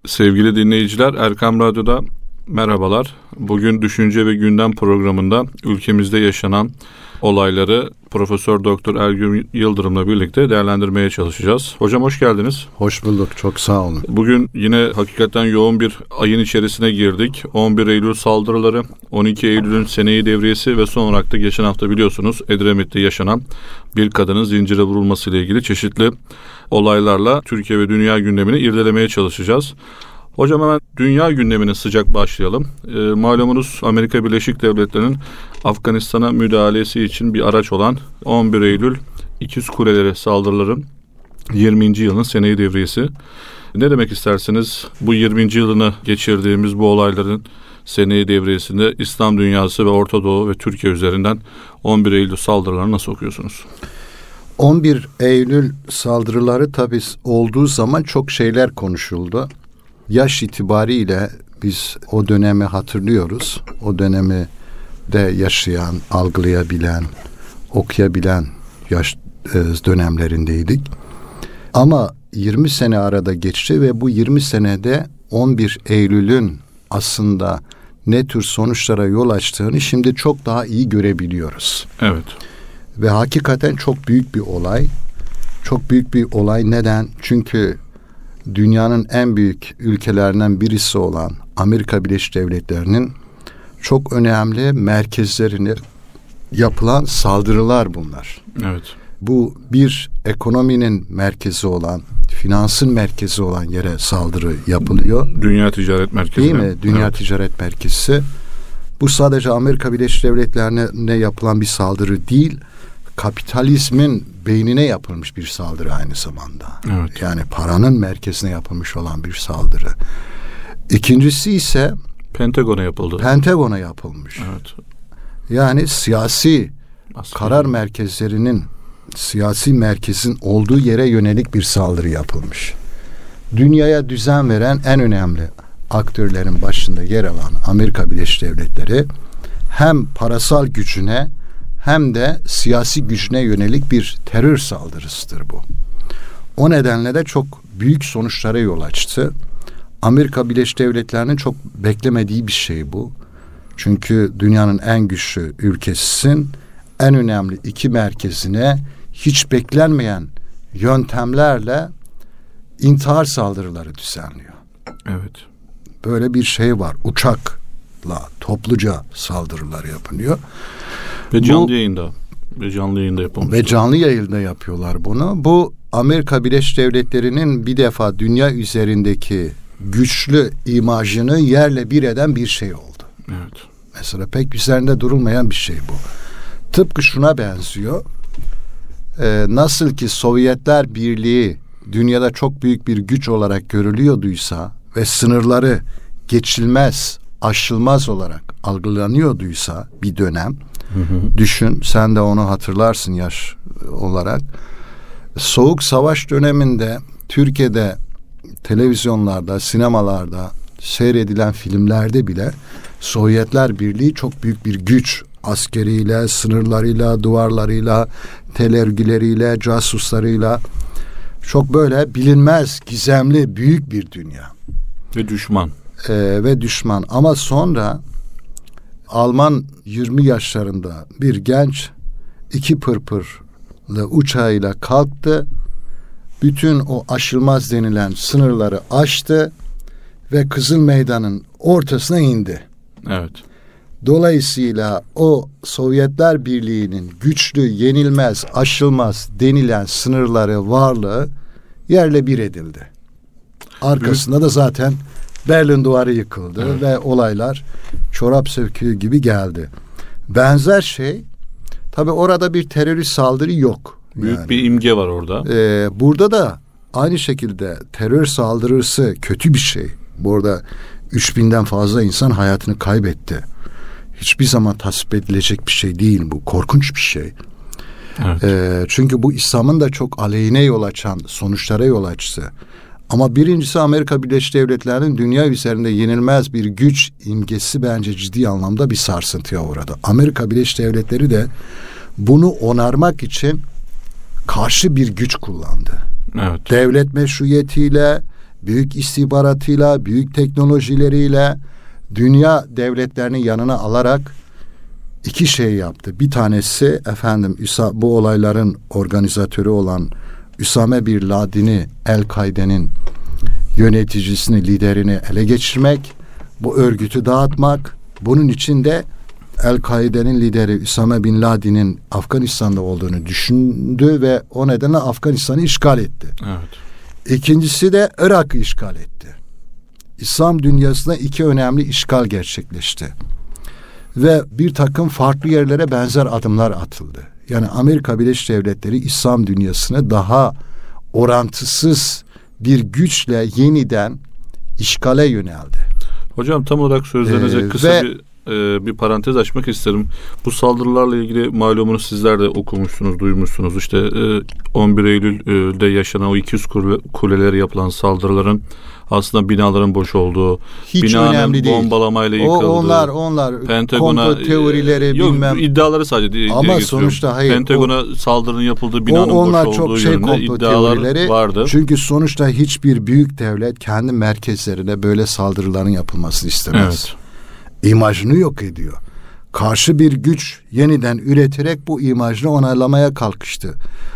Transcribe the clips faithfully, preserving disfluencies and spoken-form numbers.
Sevgili dinleyiciler, Erkam Radyo'da merhabalar. Bugün Düşünce ve Gündem programında ülkemizde yaşanan olayları Profesör Doktor Ergün Yıldırım'la birlikte değerlendirmeye çalışacağız. Hocam hoş geldiniz. Hoş bulduk, çok sağ olun. Bugün yine hakikaten yoğun bir ayın içerisine girdik. on bir Eylül saldırıları, on iki Eylül'ün seneyi devriyesi ve son olarak da geçen hafta biliyorsunuz Edremit'te yaşanan bir kadının zincire vurulması ile ilgili çeşitli olaylarla Türkiye ve dünya gündemini irdelemeye çalışacağız. Hocam hemen dünya gündemine sıcak başlayalım. E, malumunuz Amerika Birleşik Devletleri'nin Afganistan'a müdahalesi için bir araç olan on bir Eylül İkiz Kuleleri saldırıların yirminci yılın seneyi devriyesi. Ne demek istersiniz? Bu yirminci yılını geçirdiğimiz bu olayların seneyi devriyesinde İslam dünyası ve Orta Doğu ve Türkiye üzerinden on bir Eylül saldırılarını nasıl okuyorsunuz? on bir Eylül saldırıları tabii olduğu zaman çok şeyler konuşuldu. Yaş itibariyle biz o dönemi hatırlıyoruz. O dönemi de yaşayan, algılayabilen, okuyabilen yaş dönemlerindeydik. Ama yirmi sene arada geçti ve bu yirmi senede on bir Eylül'ün aslında ne tür sonuçlara yol açtığını şimdi çok daha iyi görebiliyoruz. Evet. Ve hakikaten çok büyük bir olay. Çok büyük bir olay. Neden? Çünkü dünyanın en büyük ülkelerinden birisi olan Amerika Birleşik Devletleri'nin çok önemli merkezlerine yapılan saldırılar bunlar. Evet. Bu bir ekonominin merkezi olan, finansın merkezi olan yere saldırı yapılıyor. Dünya Ticaret Merkezi. Değil mi? Dünya evet. Ticaret Merkezi. Bu sadece Amerika Birleşik Devletleri'ne yapılan bir saldırı değil, kapitalizmin beynine yapılmış bir saldırı aynı zamanda. Evet. Yani paranın merkezine yapılmış olan bir saldırı. İkincisi ise Pentagon'a yapıldı. Pentagon'a yapılmış. Evet. Yani siyasi Aslında. karar merkezlerinin, siyasi merkezin olduğu yere yönelik bir saldırı yapılmış. Dünyaya düzen veren en önemli aktörlerin başında yer alan Amerika Birleşik Devletleri hem parasal gücüne hem de siyasi gücüne yönelik bir terör saldırısıdır bu. O nedenle de çok büyük sonuçlara yol açtı. Amerika Birleşik Devletleri'nin çok beklemediği bir şey bu. Çünkü dünyanın en güçlü ülkesisin, en önemli iki merkezine hiç beklenmeyen yöntemlerle intihar saldırıları düzenliyor. Evet. Böyle bir şey var. Uçakla topluca saldırılar yapılıyor. Ve canlı bu, yayında. Ve canlı yayında yapılmış. Ve canlı yayında yapıyorlar bunu. Bu Amerika Birleşik Devletleri'nin bir defa dünya üzerindeki güçlü imajını yerle bir eden bir şey oldu. Evet. Mesela pek üzerinde durulmayan bir şey bu. Tıpkı şuna benziyor. Ee, nasıl ki Sovyetler Birliği dünyada çok büyük bir güç olarak görülüyorduysa ve sınırları geçilmez, aşılmaz olarak algılanıyorduysa bir dönem, hı hı. Düşün, sen de onu hatırlarsın yaş olarak. Soğuk Savaş döneminde Türkiye'de televizyonlarda, sinemalarda seyredilen filmlerde bile Sovyetler Birliği çok büyük bir güç, askeriyle, sınırlarıyla, duvarlarıyla, telergileriyle, casuslarıyla çok böyle bilinmez, gizemli, büyük bir dünya. Ve düşman. Ee, ve düşman. Ama sonra Alman yirmi yaşlarında bir genç iki pırpırlı uçağıyla kalktı. Bütün o aşılmaz denilen sınırları aştı ve Kızıl Meydan'ın ortasına indi. Evet. Dolayısıyla o Sovyetler Birliği'nin güçlü, yenilmez, aşılmaz denilen sınırları, varlığı yerle bir edildi. Arkasında da zaten Berlin Duvarı yıkıldı, evet. Ve olaylar çorap söküğü gibi geldi. Benzer şey, tabii orada bir terörist saldırı yok. Büyük yani. bir imge var orada. Ee, burada da aynı şekilde terör saldırısı kötü bir şey. Burada üç binden fazla insan hayatını kaybetti. Hiçbir zaman tasvip edilecek bir şey değil bu. Korkunç bir şey. Evet. Ee, çünkü bu İslam'ın da çok aleyhine yol açan sonuçlara yol açtı. Ama birincisi Amerika Birleşik Devletleri'nin dünya üzerinde yenilmez bir güç imgesi bence ciddi anlamda bir sarsıntıya uğradı. Amerika Birleşik Devletleri de bunu onarmak için karşı bir güç kullandı. Evet. Devlet meşruiyetiyle, büyük istihbaratıyla, büyük teknolojileriyle dünya devletlerini yanına alarak iki şey yaptı. Bir tanesi efendim bu olayların organizatörü olan Üsame Bin Laden'i, El-Kaide'nin yöneticisini, liderini ele geçirmek, bu örgütü dağıtmak. Bunun için de El-Kaide'nin lideri Üsame Bin Laden'in Afganistan'da olduğunu düşündü ve o nedenle Afganistan'ı işgal etti. Evet. İkincisi de Irak'ı işgal etti. İslam dünyasında iki önemli işgal gerçekleşti. Ve bir takım farklı yerlere benzer adımlar atıldı. Yani Amerika Birleşik Devletleri İslam dünyasını daha orantısız bir güçle yeniden işgale yöneldi. Hocam tam olarak sözlerinize ee, kısa ve, bir e, bir parantez açmak isterim. Bu saldırılarla ilgili malumunu sizler de okumuşsunuz, duymuşsunuz. İşte e, on bir Eylül'de yaşanan o iki yüz kulelere yapılan saldırıların aslında binaların boş olduğu, hiç binanın bombalamayla yıkıldığı. O, onlar onlar Pentagona komplo teorileri yok, bilmem. iddiaları sadece ama sonuçta hayır. Pentagona o, saldırının yapıldığı binanın o, onlar boş çok olduğu şey yönünde iddialar teorileri, vardı. Çünkü sonuçta hiçbir büyük devlet kendi merkezlerine böyle saldırıların yapılmasını istemez. Evet. İmajını yok ediyor. Karşı bir güç yeniden üreterek bu imajını onaylamaya kalkıştı.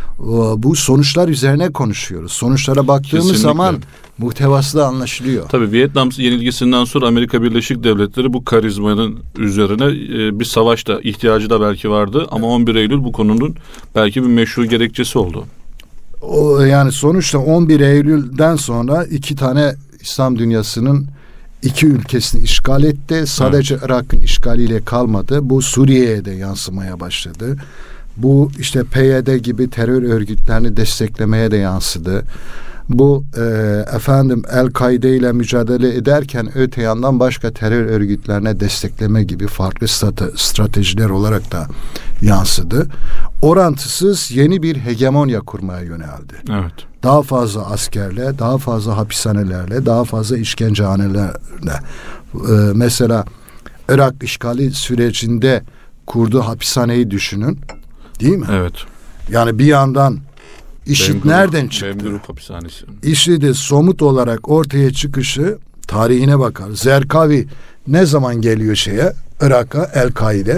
Bu sonuçlar üzerine konuşuyoruz. Sonuçlara baktığımız Kesinlikle. zaman muhtevası da anlaşılıyor. Tabii Vietnam yenilgisinden sonra Amerika Birleşik Devletleri bu karizmanın üzerine e, bir savaşta ihtiyacı da belki vardı ama on bir Eylül bu konunun belki bir meşru gerekçesi oldu. O, yani sonuçta on bir Eylül'den sonra iki tane İslam dünyasının iki ülkesini işgal etti. Sadece evet. Irak'ın işgaliyle kalmadı. Bu Suriye'ye de yansımaya başladı. Bu işte P Y D gibi terör örgütlerini desteklemeye de yansıdı. Bu e, efendim El-Kaide ile mücadele ederken öte yandan başka terör örgütlerine destekleme gibi farklı strate, stratejiler olarak da yansıdı. Orantısız yeni bir hegemonya kurmaya yöneldi. Evet. Daha fazla askerle, daha fazla hapishanelerle, daha fazla işkencehanelerle. Ee, mesela Irak işgali sürecinde kurduğu hapishaneyi düşünün. Değil mi? Evet. Yani bir yandan IŞİD Benguru, nereden çıktı? Benguru hapishanesi. IŞİD'in somut olarak ortaya çıkışı tarihine bakar. Zerkavi ne zaman geliyor şeye? Irak'a, El-Kaide.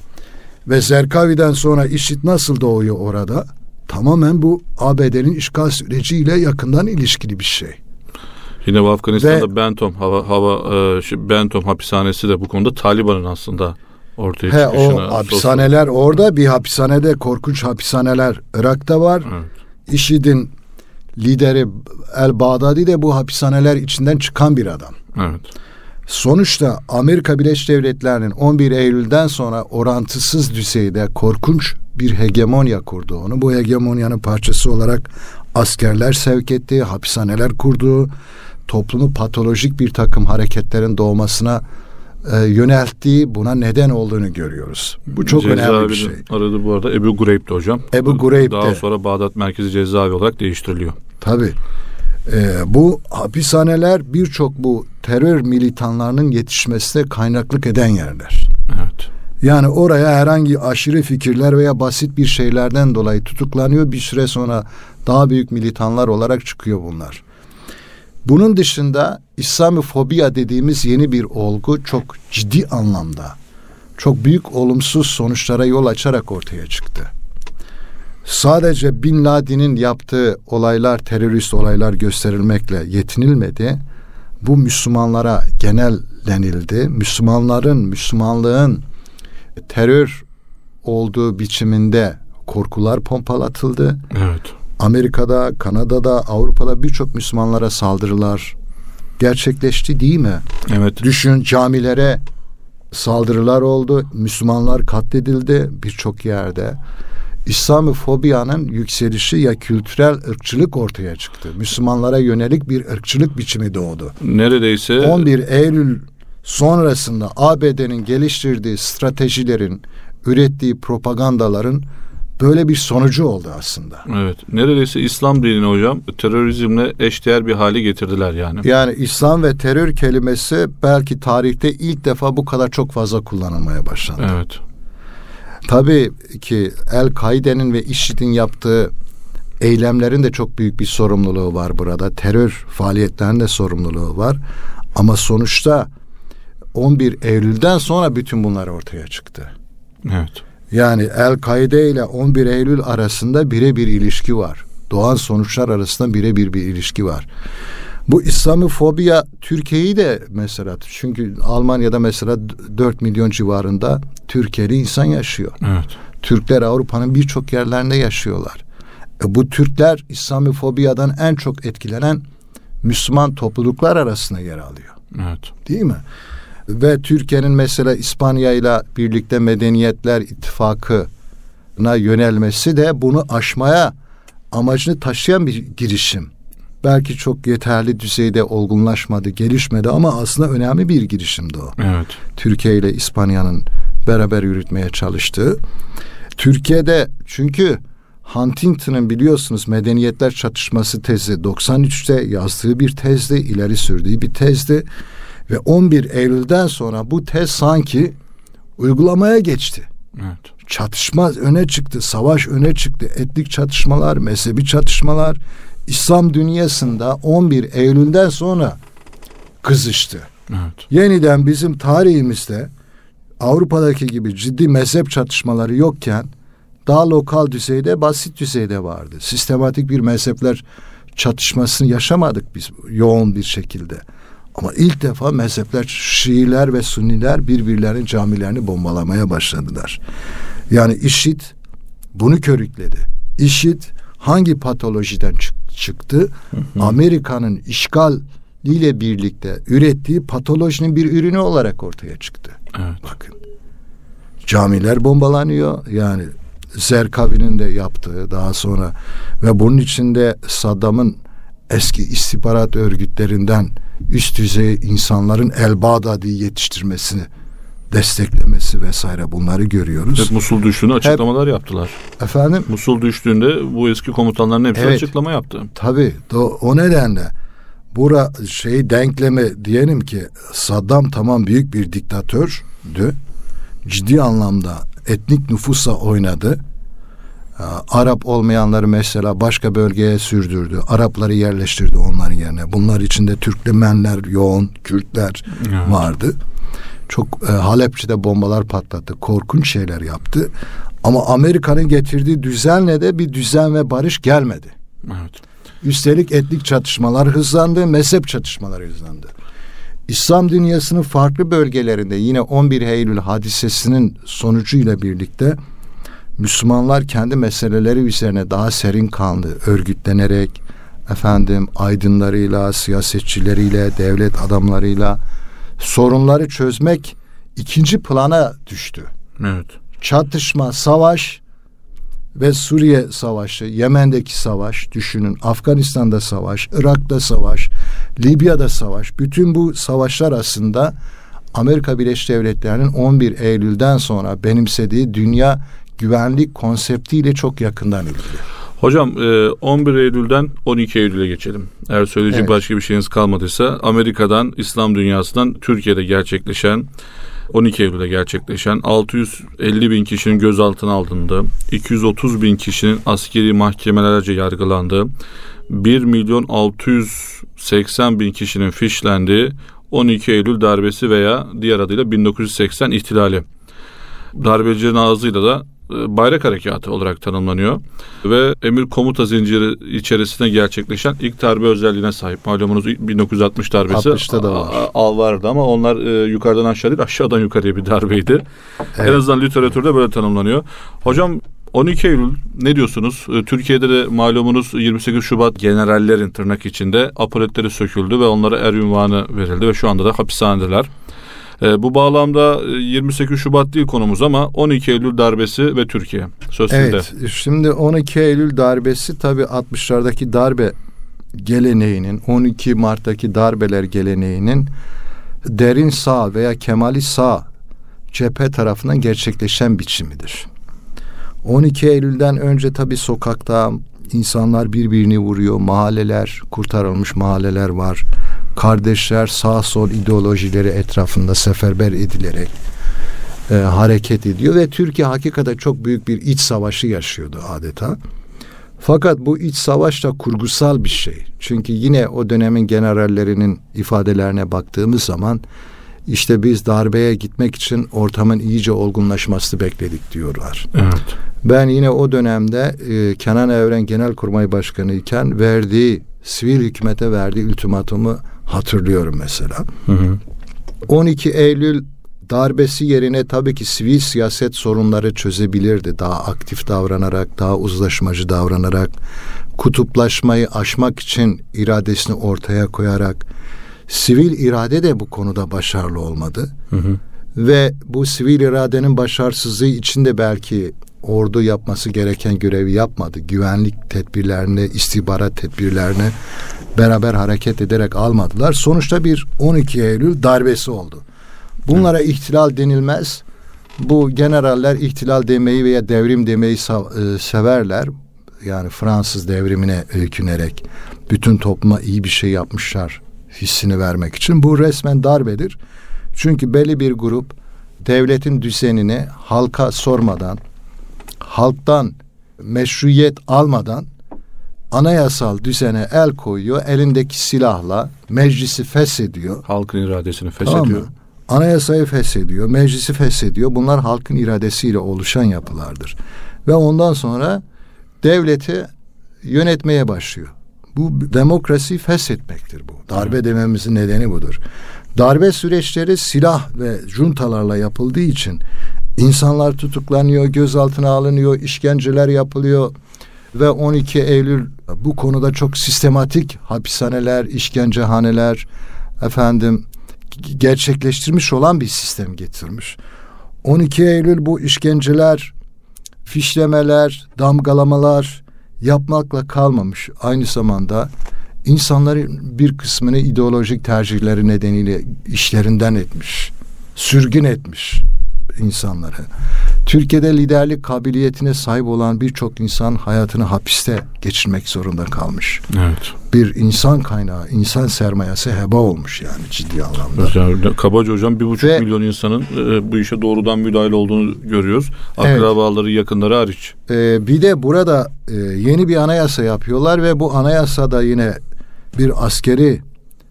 Ve Zerkavi'den sonra IŞİD nasıl doğuyor orada? Tamamen bu A B D'nin işgal süreciyle yakından ilişkili bir şey. Yine bu Afganistan'da Ve, Bentom hava hava e, Bentom hapishanesi de bu konuda Taliban'ın aslında ortaya he, çıkışına. O hapishaneler sosyal... orada bir hapishanede korkunç hapishaneler Irak'ta var. Evet. IŞİD'in lideri El-Bağdadi de bu hapishaneler içinden çıkan bir adam. Evet. Sonuçta Amerika Birleşik Devletleri'nin on bir Eylül'den sonra orantısız düzeyde korkunç bir hegemonya kurduğunu, bu hegemonyanın parçası olarak askerler sevk ettiği, hapishaneler kurduğu, toplumu patolojik bir takım hareketlerin doğmasına e, yönelttiği, buna neden olduğunu görüyoruz. Bu çok Cezaevinin önemli bir şey. Aradı bu arada Ebu Gureyb'di hocam. Ebu Gureyb'de. Daha sonra Bağdat Merkezi Cezaevi olarak değiştiriliyor. Tabii. Ee, bu hapishaneler birçok bu terör militanlarının yetişmesine kaynaklık eden yerler. Evet. Yani oraya herhangi aşırı fikirler veya basit bir şeylerden dolayı tutuklanıyor. Bir süre sonra daha büyük militanlar olarak çıkıyor bunlar. Bunun dışında İslamofobiya dediğimiz yeni bir olgu çok ciddi anlamda çok büyük olumsuz sonuçlara yol açarak ortaya çıktı. Sadece Bin Laden'in yaptığı olaylar, terörist olaylar gösterilmekle yetinilmedi. Bu Müslümanlara genellenildi. Müslümanların, Müslümanlığın terör olduğu biçiminde korkular pompalatıldı. Evet. Amerika'da, Kanada'da, Avrupa'da birçok Müslümanlara saldırılar gerçekleşti değil mi? Evet. Düşün, camilere saldırılar oldu. Müslümanlar katledildi birçok yerde. İslamofobiyanın yükselişi ya kültürel ırkçılık ortaya çıktı. Müslümanlara yönelik bir ırkçılık biçimi doğdu. Neredeyse on bir Eylül sonrasında A B D'nin geliştirdiği stratejilerin, ürettiği propagandaların böyle bir sonucu oldu aslında. Evet. Neredeyse İslam dinini hocam terörizmle eşdeğer bir hale getirdiler yani. Yani İslam ve terör kelimesi belki tarihte ilk defa bu kadar çok fazla kullanılmaya başlandı. Evet. Tabii ki El-Kaide'nin ve IŞİD'in yaptığı eylemlerin de çok büyük bir sorumluluğu var burada. Terör faaliyetlerinin de sorumluluğu var. Ama sonuçta on bir Eylül'den sonra bütün bunlar ortaya çıktı. Evet. Yani El-Kaide ile on bir Eylül arasında birebir ilişki var. Doğan sonuçlar arasında birebir bir ilişki var. Bu İslamofobiya Türkiye'yi de mesela, çünkü Almanya'da mesela dört milyon civarında Türkiye'li insan yaşıyor. Evet. Türkler Avrupa'nın birçok yerlerinde yaşıyorlar. E bu Türkler İslamofobiyadan en çok etkilenen Müslüman topluluklar arasında yer alıyor. Evet. Değil mi? Ve Türkiye'nin mesela İspanya ile birlikte Medeniyetler İttifakı'na yönelmesi de bunu aşmaya amacını taşıyan bir girişim. Belki çok yeterli düzeyde olgunlaşmadı, gelişmedi ama aslında önemli bir girişimdi o. Evet. Türkiye ile İspanya'nın beraber yürütmeye çalıştığı. Türkiye'de çünkü Huntington'ın biliyorsunuz Medeniyetler Çatışması tezi doksan üçte yazdığı bir tezdi, ileri sürdüğü bir tezdi. Ve on bir Eylül'den sonra bu tez sanki uygulamaya geçti. Evet. Çatışma öne çıktı, savaş öne çıktı, etnik çatışmalar, mezhebi çatışmalar İslam dünyasında on bir Eylül'den sonra kızıştı. Evet. Yeniden bizim tarihimizde Avrupa'daki gibi ciddi mezhep çatışmaları yokken daha lokal düzeyde, basit düzeyde vardı. Sistematik bir mezhepler çatışmasını yaşamadık biz yoğun bir şekilde. Ama ilk defa mezhepler, Şiiler ve Sünniler birbirlerinin camilerini bombalamaya başladılar. Yani IŞİD bunu körükledi. IŞİD hangi patolojiden çık- çıktı? Hı hı. Amerika'nın işgaliyle birlikte ürettiği patolojinin bir ürünü olarak ortaya çıktı. Evet. Bakın. Camiler bombalanıyor. Yani Zerkavi'nin de yaptığı daha sonra ve bunun içinde Saddam'ın eski istihbarat örgütlerinden üst düzey insanların El-Bağdadi'yi yetiştirmesini desteklemesi vesaire bunları görüyoruz. Evet, Musul düştüğünde açıklamalar Hep, yaptılar. Efendim? Musul düştüğünde bu eski komutanların hepsi evet, açıklama yaptı. Tabii. Do, o nedenle bura şey denklemi diyelim ki Saddam tamam büyük bir diktatördü. Ciddi anlamda etnik nüfusa oynadı. Arap olmayanları mesela başka bölgeye sürdürdü. Arapları yerleştirdi onların yerine. Bunlar içinde Türkmenler yoğun, Kürtler evet, vardı. Çok e, Halepçe'de bombalar patlattı. Korkunç şeyler yaptı. Ama Amerika'nın getirdiği düzenle de bir düzen ve barış gelmedi. Evet. Üstelik etnik çatışmalar hızlandı, mezhep çatışmaları hızlandı. İslam dünyasının farklı bölgelerinde yine on bir Eylül hadisesinin sonucuyla birlikte Müslümanlar kendi meseleleri üzerine daha serin kanlı örgütlenerek efendim aydınlarıyla, siyasetçileriyle, devlet adamlarıyla sorunları çözmek ikinci plana düştü. Evet. Çatışma, savaş ve Suriye Savaşı, Yemen'deki savaş, düşünün Afganistan'da savaş, Irak'ta savaş, Libya'da savaş. Bütün bu savaşlar aslında Amerika Birleşik Devletleri'nin on bir Eylül'den sonra benimsediği dünya güvenlik konseptiyle çok yakından ilgili. Hocam on bir Eylül'den on iki Eylül'e geçelim. Eğer söyleyecek evet, başka bir şeyiniz kalmadıysa Amerika'dan, İslam dünyasından Türkiye'de gerçekleşen on iki Eylül'de gerçekleşen altı yüz elli bin kişinin gözaltına alındığı, iki yüz otuz bin kişinin askeri mahkemelerce yargılandığı, bir milyon altı yüz seksen bin kişinin fişlendiği on iki Eylül darbesi veya diğer adıyla bin dokuz yüz seksen ihtilali. Darbecilerin ağzıyla da Bayrak Harekatı olarak tanımlanıyor ve emir komuta zinciri içerisinde gerçekleşen ilk darbe özelliğine sahip. Malumunuz bin dokuz yüz altmış darbesi altmışta da var. Al vardı ama onlar e, yukarıdan aşağı değil, aşağıdan yukarıya bir darbeydi. Evet. En azından literatürde böyle tanımlanıyor. Hocam on iki Eylül ne diyorsunuz? Türkiye'de de malumunuz yirmi sekiz Şubat generallerin tırnak içinde apoletleri söküldü ve onlara er ünvanı verildi ve şu anda da hapishanedeler. E, bu bağlamda yirmi sekiz Şubat değil konumuz ama on iki Eylül darbesi ve Türkiye. Söz sizde. Evet, şimdi on iki Eylül darbesi tabii altmışlardaki darbe geleneğinin, on iki Mart'taki darbeler geleneğinin derin sağ veya kemali sağ cephe tarafından gerçekleşen biçimidir. on iki Eylül'den önce tabii sokakta insanlar birbirini vuruyor, mahalleler, kurtarılmış mahalleler var. Kardeşler sağ sol ideolojileri etrafında seferber edilerek e, hareket ediyor ve Türkiye hakikaten çok büyük bir iç savaşı yaşıyordu adeta. Fakat bu iç savaş da kurgusal bir şey. Çünkü yine o dönemin generallerinin ifadelerine baktığımız zaman işte biz darbeye gitmek için ortamın iyice olgunlaşmasını bekledik diyorlar. Evet. Ben yine o dönemde e, Kenan Evren Genelkurmay Başkanı iken verdiği, sivil hükümete verdiği ultimatumu hatırlıyorum mesela. Hı hı. on iki Eylül darbesi yerine tabii ki sivil siyaset sorunları çözebilirdi. Daha aktif davranarak, daha uzlaşmacı davranarak, kutuplaşmayı aşmak için iradesini ortaya koyarak. Sivil irade de bu konuda başarılı olmadı. Hı hı. Ve bu sivil iradenin başarısızlığı içinde belki ordu yapması gereken görevi yapmadı. Güvenlik tedbirlerini, istihbarat tedbirlerini beraber hareket ederek almadılar. Sonuçta bir on iki Eylül darbesi oldu. Bunlara Hı. ihtilal denilmez. Bu generaller ihtilal demeyi veya devrim demeyi severler. Yani Fransız devrimine öykünerek bütün topluma iyi bir şey yapmışlar hissini vermek için. Bu resmen darbedir. Çünkü belli bir grup devletin düzenini halka sormadan, halktan meşruiyet almadan anayasal düzene el koyuyor. Elindeki silahla meclisi feshediyor. Halkın iradesini feshediyor. Tamam mı? Anayasayı feshediyor, meclisi feshediyor. Bunlar halkın iradesiyle oluşan yapılardır. Ve ondan sonra devleti yönetmeye başlıyor. Bu demokrasi feshetmektir bu. Darbe evet. dememizin nedeni budur. Darbe süreçleri silah ve juntalarla yapıldığı için insanlar tutuklanıyor, gözaltına alınıyor, işkenceler yapılıyor ve on iki Eylül bu konuda çok sistematik hapishaneler, işkencehaneler efendim gerçekleştirmiş olan bir sistem getirmiş. on iki Eylül bu işkenceler, fişlemeler, damgalamalar yapmakla kalmamış. Aynı zamanda insanların bir kısmını ideolojik tercihleri nedeniyle işlerinden etmiş. Sürgün etmiş insanları. Türkiye'de liderlik kabiliyetine sahip olan birçok insan hayatını hapiste geçirmek zorunda kalmış. Evet. Bir insan kaynağı, insan sermayesi heba olmuş yani ciddi anlamda. Yani, kabaca hocam bir buçuk Ve, milyon insanın e, bu işe doğrudan müdahil olduğunu görüyoruz. Akrabaları, evet. yakınları hariç. Ee, bir de burada e, yeni bir anayasa yapıyorlar ve bu anayasada yine bir askeri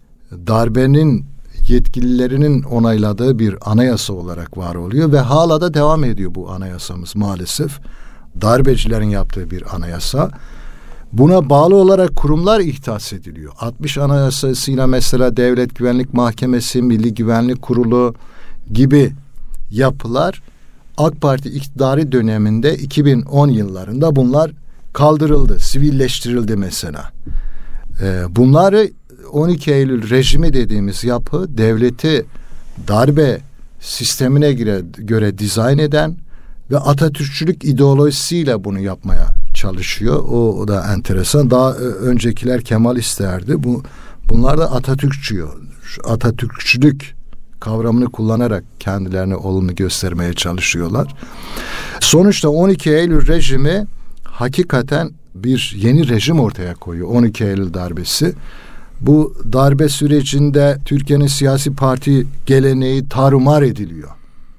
darbenin yetkililerinin onayladığı bir anayasa olarak var oluyor ve hala da devam ediyor bu anayasamız maalesef. Darbecilerin yaptığı bir anayasa. Buna bağlı olarak kurumlar ihtas ediliyor. altmış Anayasasıyla mesela Devlet Güvenlik Mahkemesi, Milli Güvenlik Kurulu gibi yapılar AK Parti iktidarı döneminde iki bin on yıllarında bunlar kaldırıldı, sivilleştirildi mesela. Ee, bunları on iki Eylül rejimi dediğimiz yapı devleti darbe sistemine göre, göre dizayn eden ve Atatürkçülük ideolojisiyle bunu yapmaya çalışıyor. O, o da enteresan. Daha öncekiler Kemalistlerdi. Bu, bunlar da Atatürkçü. Atatürkçülük kavramını kullanarak kendilerine olumlu göstermeye çalışıyorlar. Sonuçta on iki Eylül rejimi hakikaten bir yeni rejim ortaya koyuyor. on iki Eylül darbesi. Bu darbe sürecinde Türkiye'nin siyasi parti geleneği tarumar ediliyor.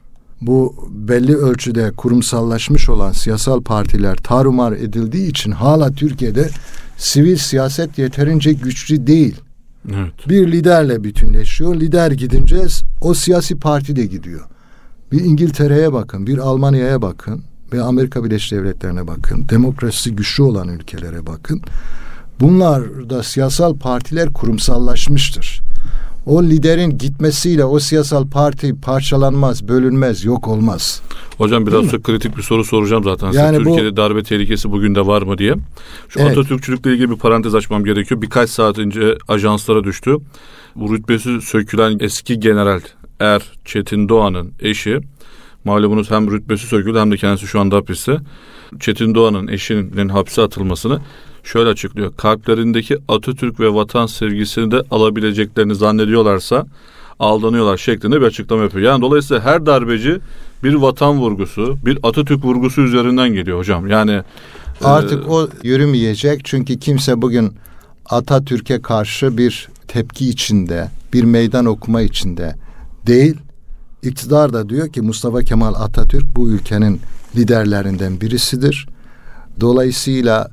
Bu belli ölçüde kurumsallaşmış olan siyasal partiler tarumar edildiği için hala Türkiye'de sivil siyaset yeterince güçlü değil. Evet. Bir liderle bütünleşiyor. Lider gidince o siyasi parti de gidiyor. Bir İngiltere'ye bakın, bir Almanya'ya bakın ve Amerika Birleşik Devletleri'ne bakın. Demokrasisi güçlü olan ülkelere bakın. Bunlar da siyasal partiler kurumsallaşmıştır. O liderin gitmesiyle o siyasal parti parçalanmaz, bölünmez, yok olmaz. Hocam biraz çok kritik bir soru soracağım zaten. Yani size. Türkiye'de bu, darbe tehlikesi bugün de var mı diye. Şu evet. Atatürkçülükle ilgili bir parantez açmam gerekiyor. Birkaç saat önce ajanslara düştü. Bu rütbesi sökülen eski general Er Çetin Doğan'ın eşi, malumunuz hem rütbesi söküldü hem de kendisi şu anda hapiste. Çetin Doğan'ın eşinin hapse atılmasını şöyle açıklıyor. Kalplerindeki Atatürk ve vatan sevgisini de alabileceklerini zannediyorlarsa aldanıyorlar şeklinde bir açıklama yapıyor. Yani dolayısıyla her darbeci bir vatan vurgusu, bir Atatürk vurgusu üzerinden geliyor hocam. Yani artık e, o yürümeyecek çünkü kimse bugün Atatürk'e karşı bir tepki içinde, bir meydan okuma içinde değil. İktidar da diyor ki Mustafa Kemal Atatürk bu ülkenin liderlerinden birisidir. Dolayısıyla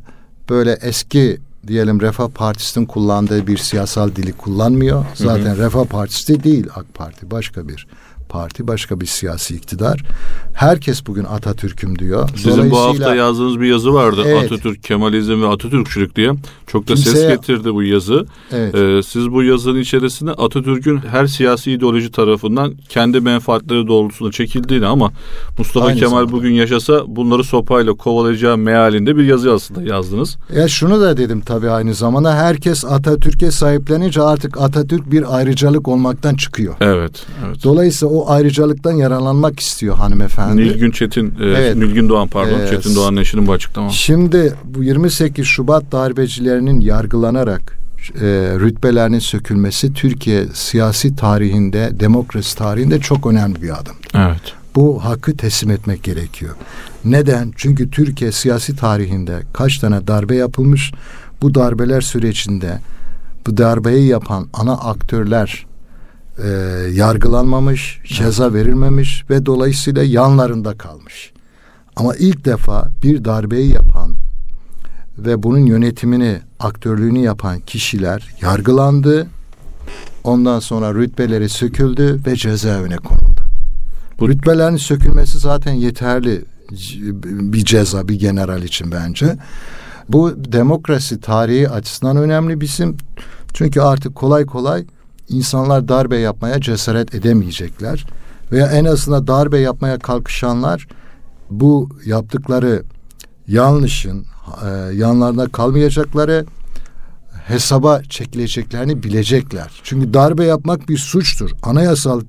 böyle eski diyelim Refah Partisi'nin kullandığı bir siyasal dili kullanmıyor. Zaten hı hı. Refah Partisi değil AK Parti, başka bir parti, başka bir siyasi iktidar. Herkes bugün Atatürk'üm diyor. Sizin bu hafta yazdığınız bir yazı vardı. Evet. Atatürk, Kemalizm ve Atatürkçülük diye. Çok da Kimseye... ses getirdi bu yazı. Evet. Ee, siz bu yazının içerisinde Atatürk'ün her siyasi ideoloji tarafından kendi menfaatleri doğrultusunda çekildiğini ama Mustafa Aynı Kemal zamanda. bugün yaşasa bunları sopayla kovalayacağı mealinde bir yazı aslında yazdınız. Ya şunu da dedim tabii aynı zamanda, herkes Atatürk'e sahiplenince artık Atatürk bir ayrıcalık olmaktan çıkıyor. Evet. evet. Dolayısıyla o ayrıcalıktan yararlanmak istiyor hanımefendi. Nilgün Çetin, e, evet. Nilgün Doğan pardon, ee, Çetin Doğan'ın eşinin bu açıklama. Şimdi bu yirmi sekiz Şubat darbecilerinin yargılanarak e, rütbelerinin sökülmesi Türkiye siyasi tarihinde, demokrasi tarihinde çok önemli bir adım. Evet. Bu hakkı teslim etmek gerekiyor. Neden? Çünkü Türkiye siyasi tarihinde kaç tane darbe yapılmış, bu darbeler sürecinde bu darbeyi yapan ana aktörler E, yargılanmamış, ceza verilmemiş ve dolayısıyla yanlarında kalmış. Ama ilk defa bir darbeyi yapan ve bunun yönetimini, aktörlüğünü yapan kişiler yargılandı. Ondan sonra rütbeleri söküldü ve cezaevine konuldu. Bu rütbelerin sökülmesi zaten yeterli bir ceza bir general için bence. Bu demokrasi tarihi açısından önemli bizim. Çünkü artık kolay kolay İnsanlar darbe yapmaya cesaret edemeyecekler veya en azından darbe yapmaya kalkışanlar bu yaptıkları yanlışın e, yanlarında kalmayacakları, hesaba çekileceklerini bilecekler. Çünkü darbe yapmak bir suçtur. Anayasal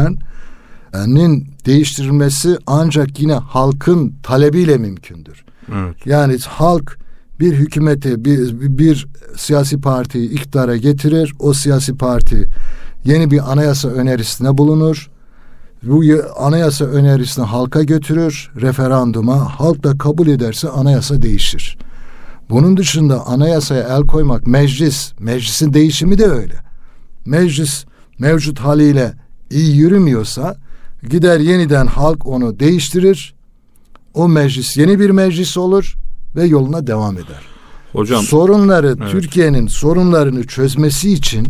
düzenin değiştirilmesi ancak yine halkın talebiyle mümkündür. Evet. Yani halk bir hükümeti, bir, bir siyasi partiyi iktidara getirir. O siyasi parti yeni bir anayasa önerisinde bulunur. Bu anayasa önerisini halka götürür, referanduma. Halk da kabul ederse anayasa değişir. Bunun dışında anayasaya el koymak, meclis, meclisin değişimi de öyle. Meclis mevcut haliyle iyi yürümüyorsa gider yeniden halk onu değiştirir. O meclis yeni bir meclis olur ve yoluna devam eder. Hocam, sorunları, evet. Türkiye'nin sorunlarını çözmesi için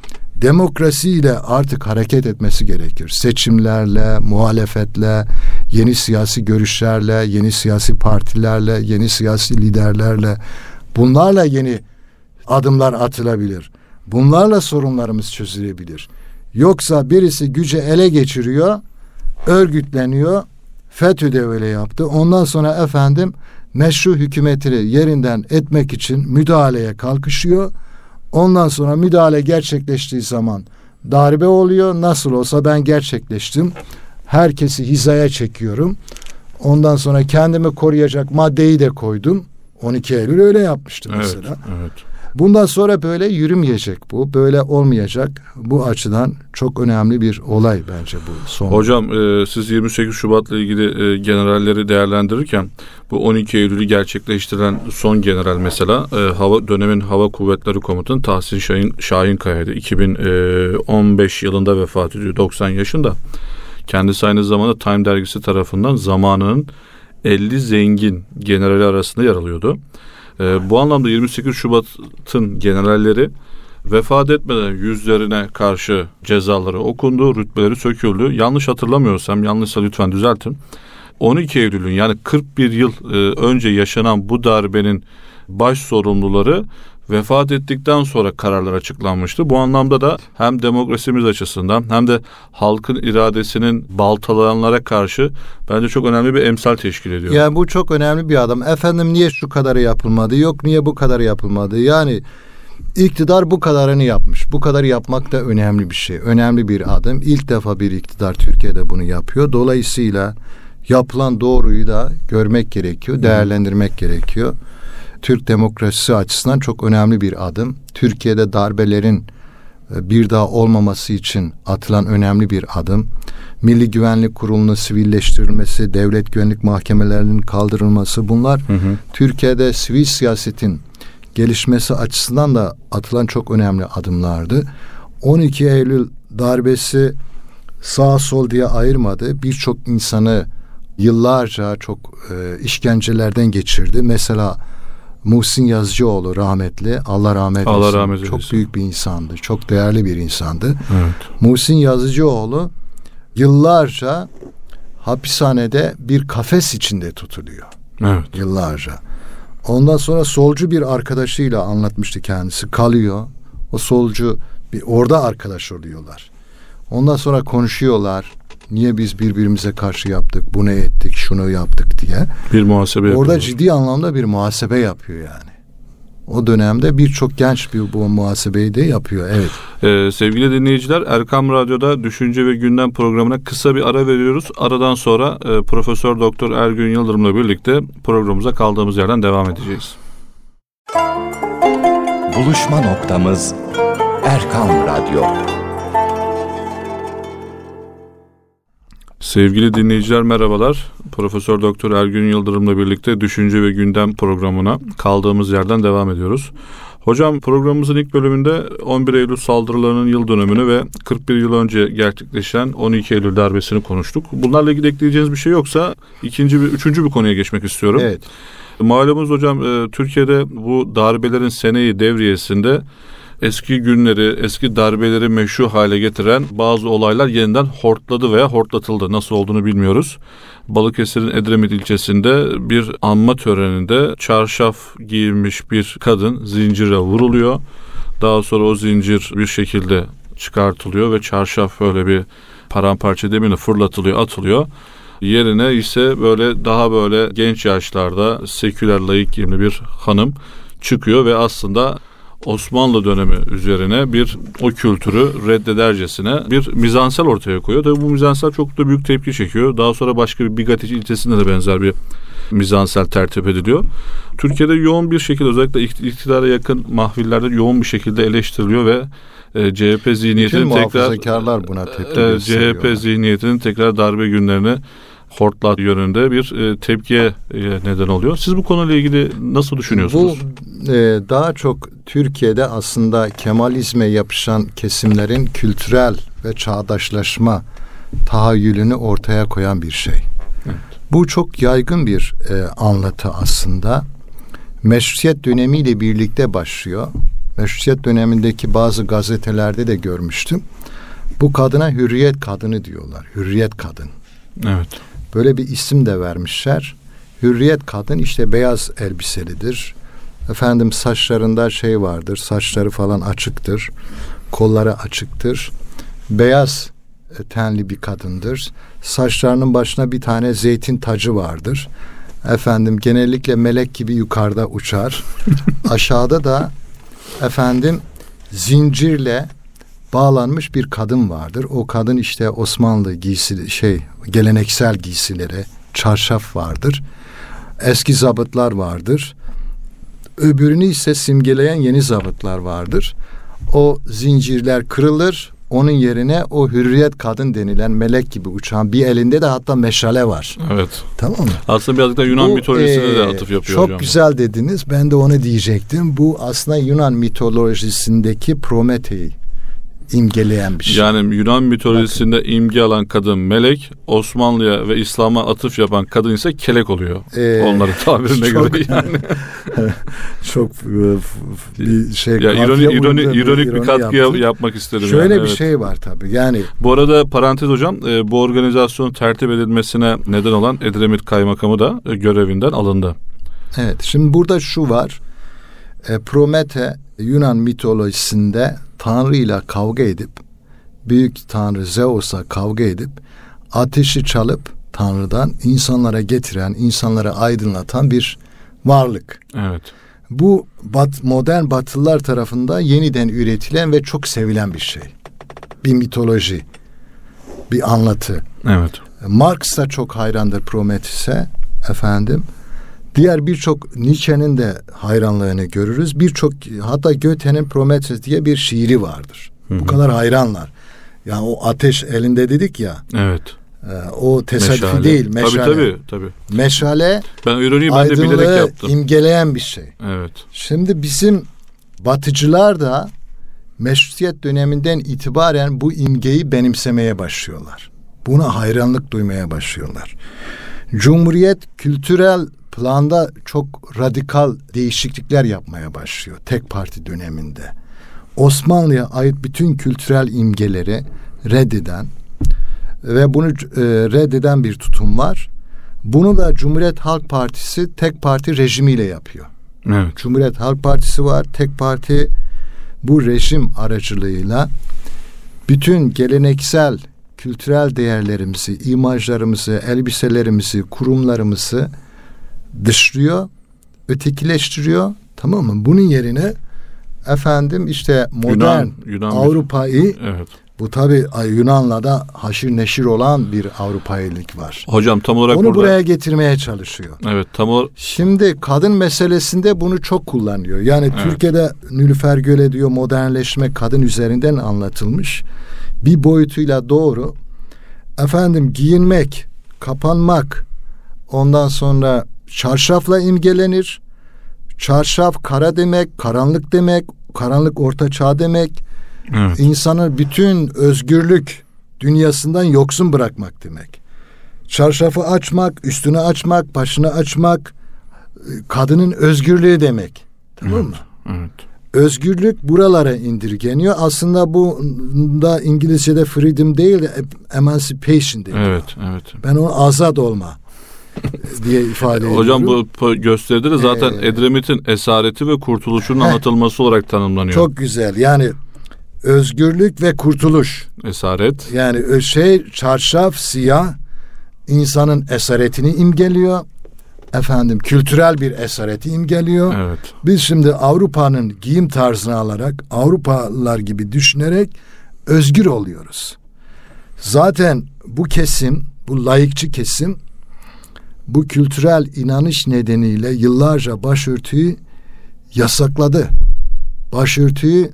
demokrasiyle artık hareket etmesi gerekir. Seçimlerle, muhalefetle, yeni siyasi görüşlerle, yeni siyasi partilerle, yeni siyasi liderlerle, bunlarla yeni adımlar atılabilir. Bunlarla sorunlarımız çözülebilir. Yoksa birisi gücü ele geçiriyor, örgütleniyor, FETÖ'de öyle yaptı. Ondan sonra efendim meşru hükümetini yerinden etmek için müdahaleye kalkışıyor. Ondan sonra müdahale gerçekleştiği zaman darbe oluyor. Nasıl olsa ben gerçekleştim. Herkesi hizaya çekiyorum. Ondan sonra kendimi koruyacak maddeyi de koydum. on iki Eylül öyle yapmıştı mesela. Evet, evet. Bundan sonra böyle yürümeyecek bu. Böyle olmayacak. Bu açıdan çok önemli bir olay bence bu son. Hocam e, siz yirmi sekiz Şubat'la ilgili e, generalleri değerlendirirken bu on iki Eylül'ü gerçekleştiren son general mesela e, hava dönemin Hava Kuvvetleri Komutanı Tahsin Şahin, Şahinkaya'ydı. iki bin on beş yılında vefat ediyor. doksan yaşında. Kendisi aynı zamanda Time dergisi tarafından zamanının elli zengin generali arasında yer alıyordu. Ee, bu anlamda yirmi sekiz Şubat'ın generalleri vefat etmeden yüzlerine karşı cezaları okundu, rütbeleri söküldü. Yanlış hatırlamıyorsam, yanlışsa lütfen düzeltin. on iki Eylül'ün yani kırk bir yıl e, önce yaşanan bu darbenin baş sorumluları vefat ettikten sonra kararlar açıklanmıştı. Bu anlamda da hem demokrasimiz açısından hem de halkın iradesinin baltalananlara karşı bence çok önemli bir emsal teşkil ediyor. Yani bu çok önemli bir adam. Efendim niye şu kadarı yapılmadı? Yok niye bu kadarı yapılmadı? Yani iktidar bu kadarını yapmış. Bu kadarı yapmak da önemli bir şey. Önemli bir adım. İlk defa bir iktidar Türkiye'de bunu yapıyor. Dolayısıyla yapılan doğruyu da görmek gerekiyor, değerlendirmek Hı. gerekiyor. Türk demokrasisi açısından çok önemli bir adım. Türkiye'de darbelerin bir daha olmaması için atılan önemli bir adım. Milli Güvenlik Kurulu'nun sivilleştirilmesi, devlet güvenlik mahkemelerinin kaldırılması, bunlar hı hı. Türkiye'de sivil siyasetin gelişmesi açısından da atılan çok önemli adımlardı. on iki Eylül darbesi sağ sol diye ayırmadı. Birçok insanı yıllarca çok e, işkencelerden geçirdi. Mesela Muhsin Yazıcıoğlu rahmetli. Allah rahmet eylesin. Allah rahmet eylesin. Çok büyük bir insandı. Çok değerli bir insandı. Evet. Muhsin Yazıcıoğlu yıllarca hapishanede bir kafes içinde tutuluyor. Evet. Yıllarca. Ondan sonra solcu bir arkadaşıyla anlatmıştı kendisi. Kalıyor. O solcu bir orada arkadaş oluyorlar. Ondan sonra konuşuyorlar. Niye biz birbirimize karşı yaptık, bunu ettik, şunu yaptık diye. Bir muhasebe yapıyor. Orada ciddi anlamda bir muhasebe yapıyor yani. O dönemde birçok genç bir bu muhasebeyi de yapıyor. Evet. Ee, sevgili dinleyiciler, Erkam Radyo'da Düşünce ve Gündem programına kısa bir ara veriyoruz. Aradan sonra e, Profesör Doktor Ergün Yıldırım'la birlikte programımıza kaldığımız yerden devam edeceğiz. Buluşma noktamız Erkam Radyo. Sevgili dinleyiciler merhabalar. Profesör Doktor Ergün Yıldırım'la birlikte Düşünce ve Gündem programına kaldığımız yerden devam ediyoruz. Hocam, programımızın ilk bölümünde on bir Eylül saldırılarının yıl dönümünü ve kırk bir yıl önce gerçekleşen on iki Eylül darbesini konuştuk. Bunlarla ilgili ekleyeceğiniz bir şey yoksa ikinci bir, üçüncü bir konuya geçmek istiyorum. Evet. Malumunuz hocam, Türkiye'de bu darbelerin seneyi devriyesinde eski günleri, eski darbeleri meşru hale getiren bazı olaylar yeniden hortladı veya hortlatıldı. Nasıl olduğunu bilmiyoruz. Balıkesir'in Edremit ilçesinde bir anma töreninde çarşaf giymiş bir kadın zincire vuruluyor. Daha sonra o zincir bir şekilde çıkartılıyor ve çarşaf böyle bir paramparça demine fırlatılıyor, atılıyor. Yerine ise böyle daha böyle genç yaşlarda seküler laik giyimli bir hanım çıkıyor ve aslında Osmanlı dönemi üzerine bir o kültürü reddedercesine bir mizansel ortaya koyuyor. Tabii bu mizansel çok da büyük tepki çekiyor. Daha sonra başka bir Bigatici ilçesinde de benzer bir mizansel tertip ediliyor. Türkiye'de yoğun bir şekilde, özellikle iktidara yakın mahfillerde yoğun bir şekilde eleştiriliyor ve e, C H P zihniyetinin tekrar muhafazakarlar buna tepki e, C H P zihniyetinin tekrar darbe günlerine hortlat yönünde bir e, tepkiye e, neden oluyor. Siz bu konuyla ilgili nasıl düşünüyorsunuz? Bu e, daha çok Türkiye'de aslında Kemalizme yapışan kesimlerin kültürel ve çağdaşlaşma tahayyülünü ortaya koyan bir şey. Evet. Bu çok yaygın bir e, anlatı aslında. Meşrutiyet dönemiyle birlikte başlıyor. Meşrutiyet dönemindeki bazı gazetelerde de görmüştüm. Bu kadına hürriyet kadını diyorlar. Hürriyet kadın. Evet. Böyle bir isim de vermişler. Hürriyet kadın işte beyaz elbiselidir. Efendim saçlarında şey vardır. Saçları falan açıktır. Kolları açıktır. Beyaz tenli bir kadındır. Saçlarının başına bir tane zeytin tacı vardır. Efendim genellikle melek gibi yukarıda uçar. Aşağıda da efendim zincirle bağlanmış bir kadın vardır. O kadın işte Osmanlı giysi şey geleneksel giysileri, çarşaf vardır. Eski zabıtlar vardır. Öbürünü ise simgeleyen yeni zabıtlar vardır. O zincirler kırılır. Onun yerine o hürriyet kadın denilen melek gibi uçan, bir elinde de hatta meşale var. Evet. Tamam mı? Aslında birazcık da Yunan bu, mitolojisine e, de atıf yapıyor çok hocam. güzel dediniz. Ben de onu diyecektim. Bu aslında Yunan mitolojisindeki Prometei'yi imgeleyen bir şey. Yani Yunan mitolojisinde Bakın. imge alan kadın melek, Osmanlı'ya ve İslam'a atıf yapan kadın ise kelek oluyor. Ee, Onların tabirine çok, göre yani. çok bir şey. Ya ironi, ironi, ironik bir katkı yaptım. yapmak istedim. Şöyle yani, bir evet. şey var tabii. Yani bu arada parantez hocam, e, bu organizasyonun tertip edilmesine neden olan Edremit Kaymakamı da e, görevinden alındı. Evet. Şimdi burada şu var. E, Promete Yunan mitolojisinde Tanrı ile kavga edip, büyük Tanrı Zeus'a kavga edip ateşi çalıp Tanrı'dan insanlara getiren, insanlara aydınlatan bir varlık. Evet. Bu bat, modern Batılılar tarafından yeniden üretilen ve çok sevilen bir şey. Bir mitoloji, bir anlatı. Evet. Marx da çok hayrandır Prometheus'e efendim. Diğer birçok Nietzsche'nin de hayranlığını görürüz. Birçok, hatta Goethe'nin Prometheus diye bir şiiri vardır. Hı-hı. Bu kadar hayranlar. Yani o ateş elinde dedik ya. Evet. E, o tesadüfi meşale. değil. Meşale. Tabii tabii. tabii. Meşale ben ironiyi ben de bilerek yaptım. imgeleyen bir şey. Evet. Şimdi bizim batıcılar da Meşrutiyet döneminden itibaren bu imgeyi benimsemeye başlıyorlar. Buna hayranlık duymaya başlıyorlar. Cumhuriyet kültürel planda çok radikal değişiklikler yapmaya başlıyor tek parti döneminde. Osmanlı'ya ait bütün kültürel imgeleri reddeden ve bunu e, reddeden bir tutum var. Bunu da Cumhuriyet Halk Partisi tek parti rejimiyle yapıyor. Evet. Cumhuriyet Halk Partisi var. Tek parti bu rejim aracılığıyla bütün geleneksel kültürel değerlerimizi, imajlarımızı, elbiselerimizi, kurumlarımızı dışlıyor, ötekileştiriyor. Tamam mı? Bunun yerine efendim işte modern Yunan, Yunan Avrupa'yı, evet. Bu tabii Yunan'la da haşir neşir olan bir Avrupa'yılık var. Hocam tam olarak onu burada, buraya getirmeye çalışıyor. Evet, tam olarak. Şimdi kadın meselesinde bunu çok kullanıyor. Yani evet. Türkiye'de Nilüfer Göle diyor modernleşme kadın üzerinden anlatılmış. Bir boyutuyla doğru. Efendim giyinmek, kapanmak, ondan sonra çarşafla imgelenir. Çarşaf kara demek, karanlık demek, karanlık orta çağ demek. Evet. İnsanı bütün özgürlük dünyasından yoksun bırakmak demek. Çarşafı açmak, üstünü açmak, başını açmak, kadının özgürlüğü demek. Tamam evet. mı? Evet. Özgürlük buralara indirgeniyor. Aslında bu da İngilizce'de freedom değil de emancipation deniyor. Evet, evet. Ben onu azat olma diye ifade ediyorum. Hocam bu gösteride de zaten ee, Edremit'in esareti ve kurtuluşunun heh, anlatılması olarak tanımlanıyor. Çok güzel. Yani özgürlük ve kurtuluş. Esaret. Yani şey çarşaf siyah insanın esaretini imgeliyor. Efendim kültürel bir esareti imgeliyor. Evet. Biz şimdi Avrupa'nın giyim tarzını alarak Avrupalılar gibi düşünerek özgür oluyoruz. Zaten bu kesim, bu laikçi kesim bu kültürel inanış nedeniyle yıllarca başörtüyü yasakladı. Başörtüyü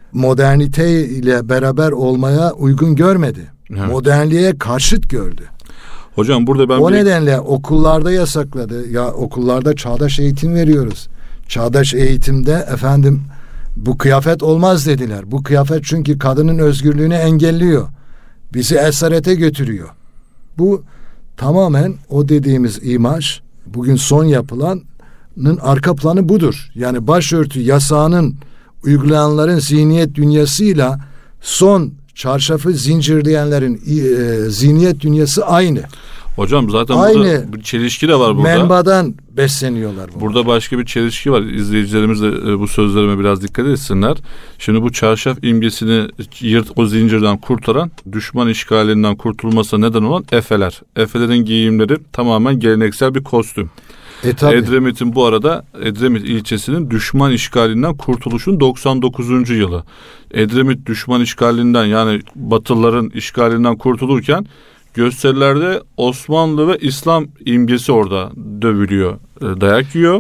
modernite ile beraber olmaya uygun görmedi. Evet. Modernliğe karşıt gördü. Hocam burada ben o bir... nedenle okullarda yasakladı. Ya okullarda çağdaş eğitim veriyoruz. Çağdaş eğitimde efendim bu kıyafet olmaz dediler. Bu kıyafet çünkü kadının özgürlüğünü engelliyor. Bizi esarete götürüyor. Bu tamamen o dediğimiz imaj bugün son yapılanın arka planı budur. Yani başörtü yasağının uygulayanların zihniyet dünyasıyla son çarşafı zincirleyenlerin e, zihniyet dünyası aynı. Hocam zaten aynı burada bir çelişki de var burada. Menbadan besleniyorlar. Burada. burada başka bir çelişki var. İzleyicilerimiz de e, bu sözlerime biraz dikkat etsinler. Şimdi bu çarşaf imgesini yırt, o zincirden kurtaran, düşman işgalinden kurtulmasına neden olan Efeler. Efelerin giyimleri tamamen geleneksel bir kostüm. E, Edremit'in bu arada Edremit ilçesinin düşman işgalinden kurtuluşun doksan dokuzuncu yılı. Edremit düşman işgalinden yani Batılıların işgalinden kurtulurken gösterilerde Osmanlı ve İslam imgesi orada dövülüyor, dayak yiyor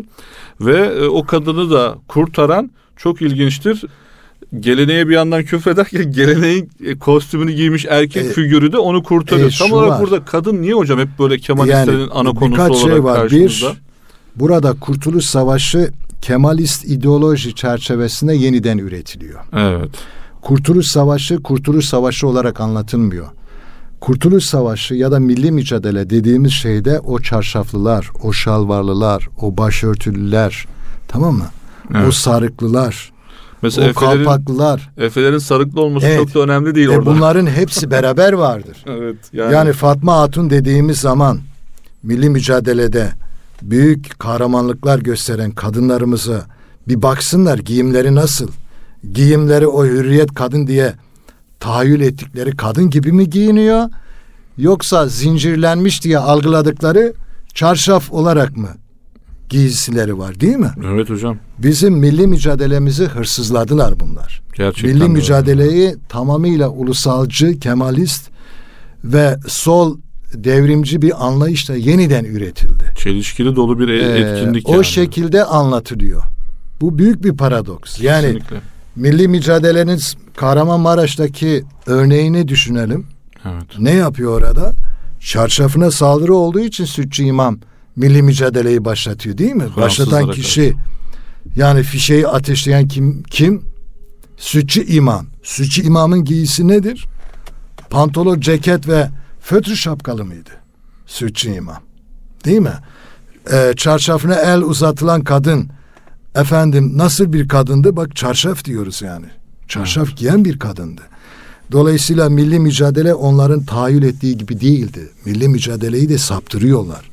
ve o kadını da kurtaran çok ilginçtir. Geleneğe bir yandan küfrederken geleneğin kostümünü giymiş erkek e, figürü de onu kurtarıyor. E, Tam olarak var. Burada kadın niye hocam hep böyle Kemalistlerin yani, ana konusu olarak şey var. Karşımızda? Bir, burada Kurtuluş Savaşı Kemalist ideoloji çerçevesinde yeniden üretiliyor. Evet. Kurtuluş Savaşı Kurtuluş Savaşı olarak anlatılmıyor. Kurtuluş Savaşı ya da milli mücadele dediğimiz şeyde o çarşaflılar, o şalvarlılar, o başörtülüler, tamam mı? Evet. O sarıklılar, mesela o Efelerin, kalpaklılar. Efelerin sarıklı olması evet. çok da önemli değil e orada. Bunların hepsi beraber vardır. Evet. Yani. yani Fatma Hatun dediğimiz zaman milli mücadelede büyük kahramanlıklar gösteren kadınlarımıza bir baksınlar giyimleri nasıl? Giyimleri o hürriyet kadın diye tahayyül ettikleri kadın gibi mi giyiniyor? Yoksa zincirlenmiş diye algıladıkları çarşaf olarak mı giysileri var değil mi? Evet hocam. Bizim milli mücadelemizi hırsızladılar bunlar. Gerçekten milli mücadeleyi öyle. Tamamıyla ulusalcı, kemalist ve sol devrimci bir anlayışla yeniden üretildi. Çelişkili dolu bir etkinlik ee, yani. O şekilde anlatılıyor. Bu büyük bir paradoks. Yani kesinlikle. Milli mücadelenin Kahramanmaraş'taki örneğini düşünelim. Evet. Ne yapıyor orada? Çarşafına saldırı olduğu için Sütçü İmam milli mücadeleyi başlatıyor değil mi? Başlatan kişi karşı. Yani fişeği ateşleyen kim? Kim? Sütçü İmam. Sütçü İmam'ın giysi nedir? Pantolon, ceket ve fötr şapkalı mıydı? Sütçü İmam. Değil mi? Ee, çarşafına el uzatılan kadın efendim nasıl bir kadındı? Bak çarşaf diyoruz yani. Çarşaf evet. giyen bir kadındı. Dolayısıyla milli mücadele onların tahayyül ettiği gibi değildi. Milli mücadeleyi de saptırıyorlar.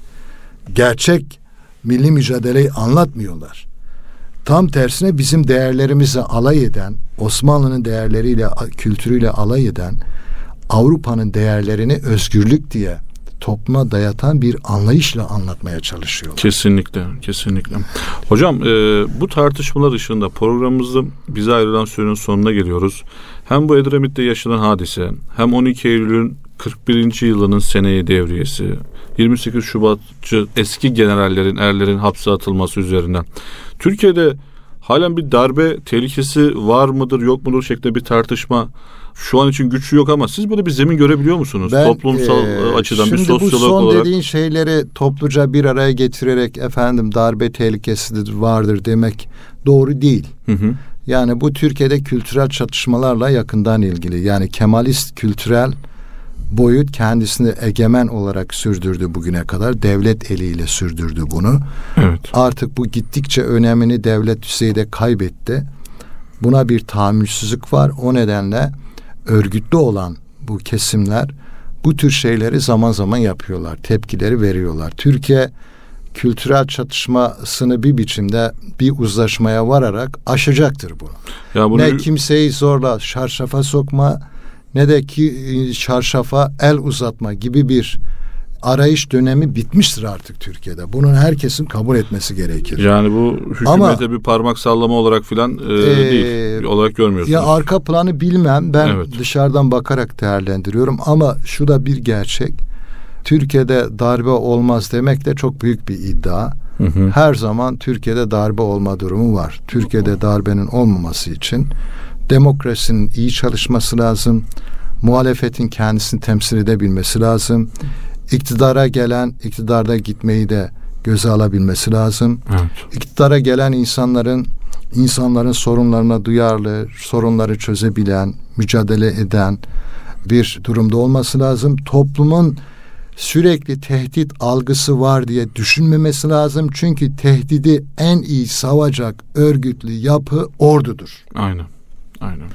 Gerçek milli mücadeleyi anlatmıyorlar. Tam tersine bizim değerlerimize alay eden, Osmanlı'nın değerleriyle, kültürüyle alay eden, Avrupa'nın değerlerini özgürlük diye topluma dayatan bir anlayışla anlatmaya çalışıyorlar. Kesinlikle, kesinlikle. Hocam e, bu tartışmalar ışığında programımızda bize ayrılan sürenin sonuna geliyoruz. Hem bu Edremit'te yaşanan hadise, hem on iki Eylül'ün kırk birinci yılının seneyi devriyesi, yirmi sekiz Şubatçı eski generallerin, erlerin hapse atılması üzerinden Türkiye'de halen bir darbe tehlikesi var mıdır, yok mudur şeklinde bir tartışma şu an için güçlü yok ama siz böyle bir zemin görebiliyor musunuz? Ben, Toplumsal e, açıdan bir sosyolog olarak. Şimdi bu son olarak... dediğin şeyleri topluca bir araya getirerek efendim darbe tehlikesi vardır demek doğru değil. Hı hı. Yani bu Türkiye'de kültürel çatışmalarla yakından ilgili. Yani Kemalist kültürel boyut kendisini egemen olarak sürdürdü bugüne kadar. Devlet eliyle sürdürdü bunu. Evet. Artık bu gittikçe önemini devlet düzeyde kaybetti. Buna bir tahammülsüzlük var. O nedenle örgütlü olan bu kesimler bu tür şeyleri zaman zaman yapıyorlar. Tepkileri veriyorlar. Türkiye kültürel çatışmasını bir biçimde bir uzlaşmaya vararak aşacaktır bunu. Ya bunu... Ne kimseyi zorla çarşafa sokma ne de ki çarşafa el uzatma gibi bir arayış dönemi bitmiştir artık Türkiye'de. Bunun herkesin kabul etmesi gerekir. Yani bu hükümete Ama, bir parmak sallama olarak filan e, e, değil. Olarak görmüyorsunuz. Ya arka planı bilmem. Ben evet. dışarıdan bakarak değerlendiriyorum. Ama şu da bir gerçek. Türkiye'de darbe olmaz demek de çok büyük bir iddia. Hı hı. Her zaman Türkiye'de darbe olma durumu var. Türkiye'de darbenin olmaması için demokrasinin iyi çalışması lazım. Muhalefetin kendisini temsil edebilmesi lazım. İktidara gelen, iktidarda gitmeyi de göze alabilmesi lazım. Evet. İktidara gelen insanların insanların sorunlarına duyarlı, sorunları çözebilen, mücadele eden bir durumda olması lazım. Toplumun sürekli tehdit algısı var diye düşünmemesi lazım. Çünkü tehdidi en iyi savacak örgütlü yapı ordudur. Aynen. Aynen.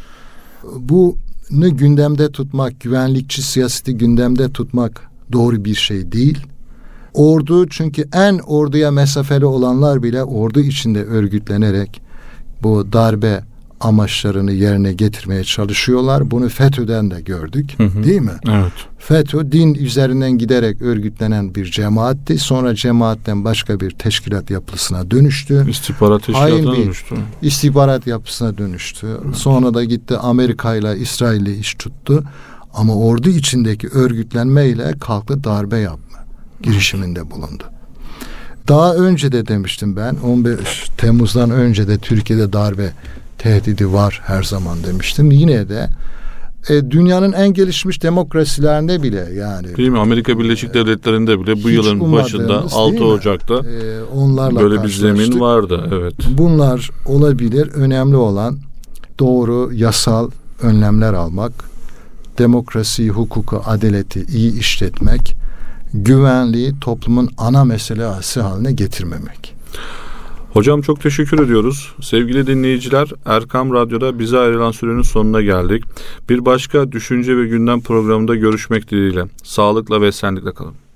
Bunu gündemde tutmak, güvenlikçi siyaseti gündemde tutmak doğru bir şey değil. Ordu çünkü en orduya mesafeli olanlar bile ordu içinde örgütlenerek bu darbe amaçlarını yerine getirmeye çalışıyorlar. Bunu FETÖ'den de gördük, hı hı. değil mi? Evet. FETÖ din üzerinden giderek örgütlenen bir cemaatti. Sonra cemaatten başka bir teşkilat yapısına dönüştü. İstihbarat teşkilatına dönüştü. İstihbarat yapısına dönüştü. Evet. Sonra da gitti Amerika ile İsrail ile iş tuttu. Ama ordu içindeki örgütlenmeyle kalktı darbe yapma girişiminde bulundu. Daha önce de demiştim ben, on beş Temmuz'dan önce de Türkiye'de darbe tehdidi var her zaman demiştim. Yine de e, dünyanın en gelişmiş demokrasilerinde bile yani. Değil mi? Amerika Birleşik Devletleri'nde bile bu yılın başında altı Ocak'ta e, onlarla böyle bir zemin vardı. Evet. Bunlar olabilir. Önemli olan doğru yasal önlemler almak, demokrasiyi, hukuku, adaleti iyi işletmek, güvenliği toplumun ana meselesi haline getirmemek. Hocam çok teşekkür ediyoruz. Sevgili dinleyiciler, Erkam Radyo'da bize ayrılan sürenin sonuna geldik. Bir başka düşünce ve gündem programında görüşmek dileğiyle. Sağlıkla ve esenlikle kalın.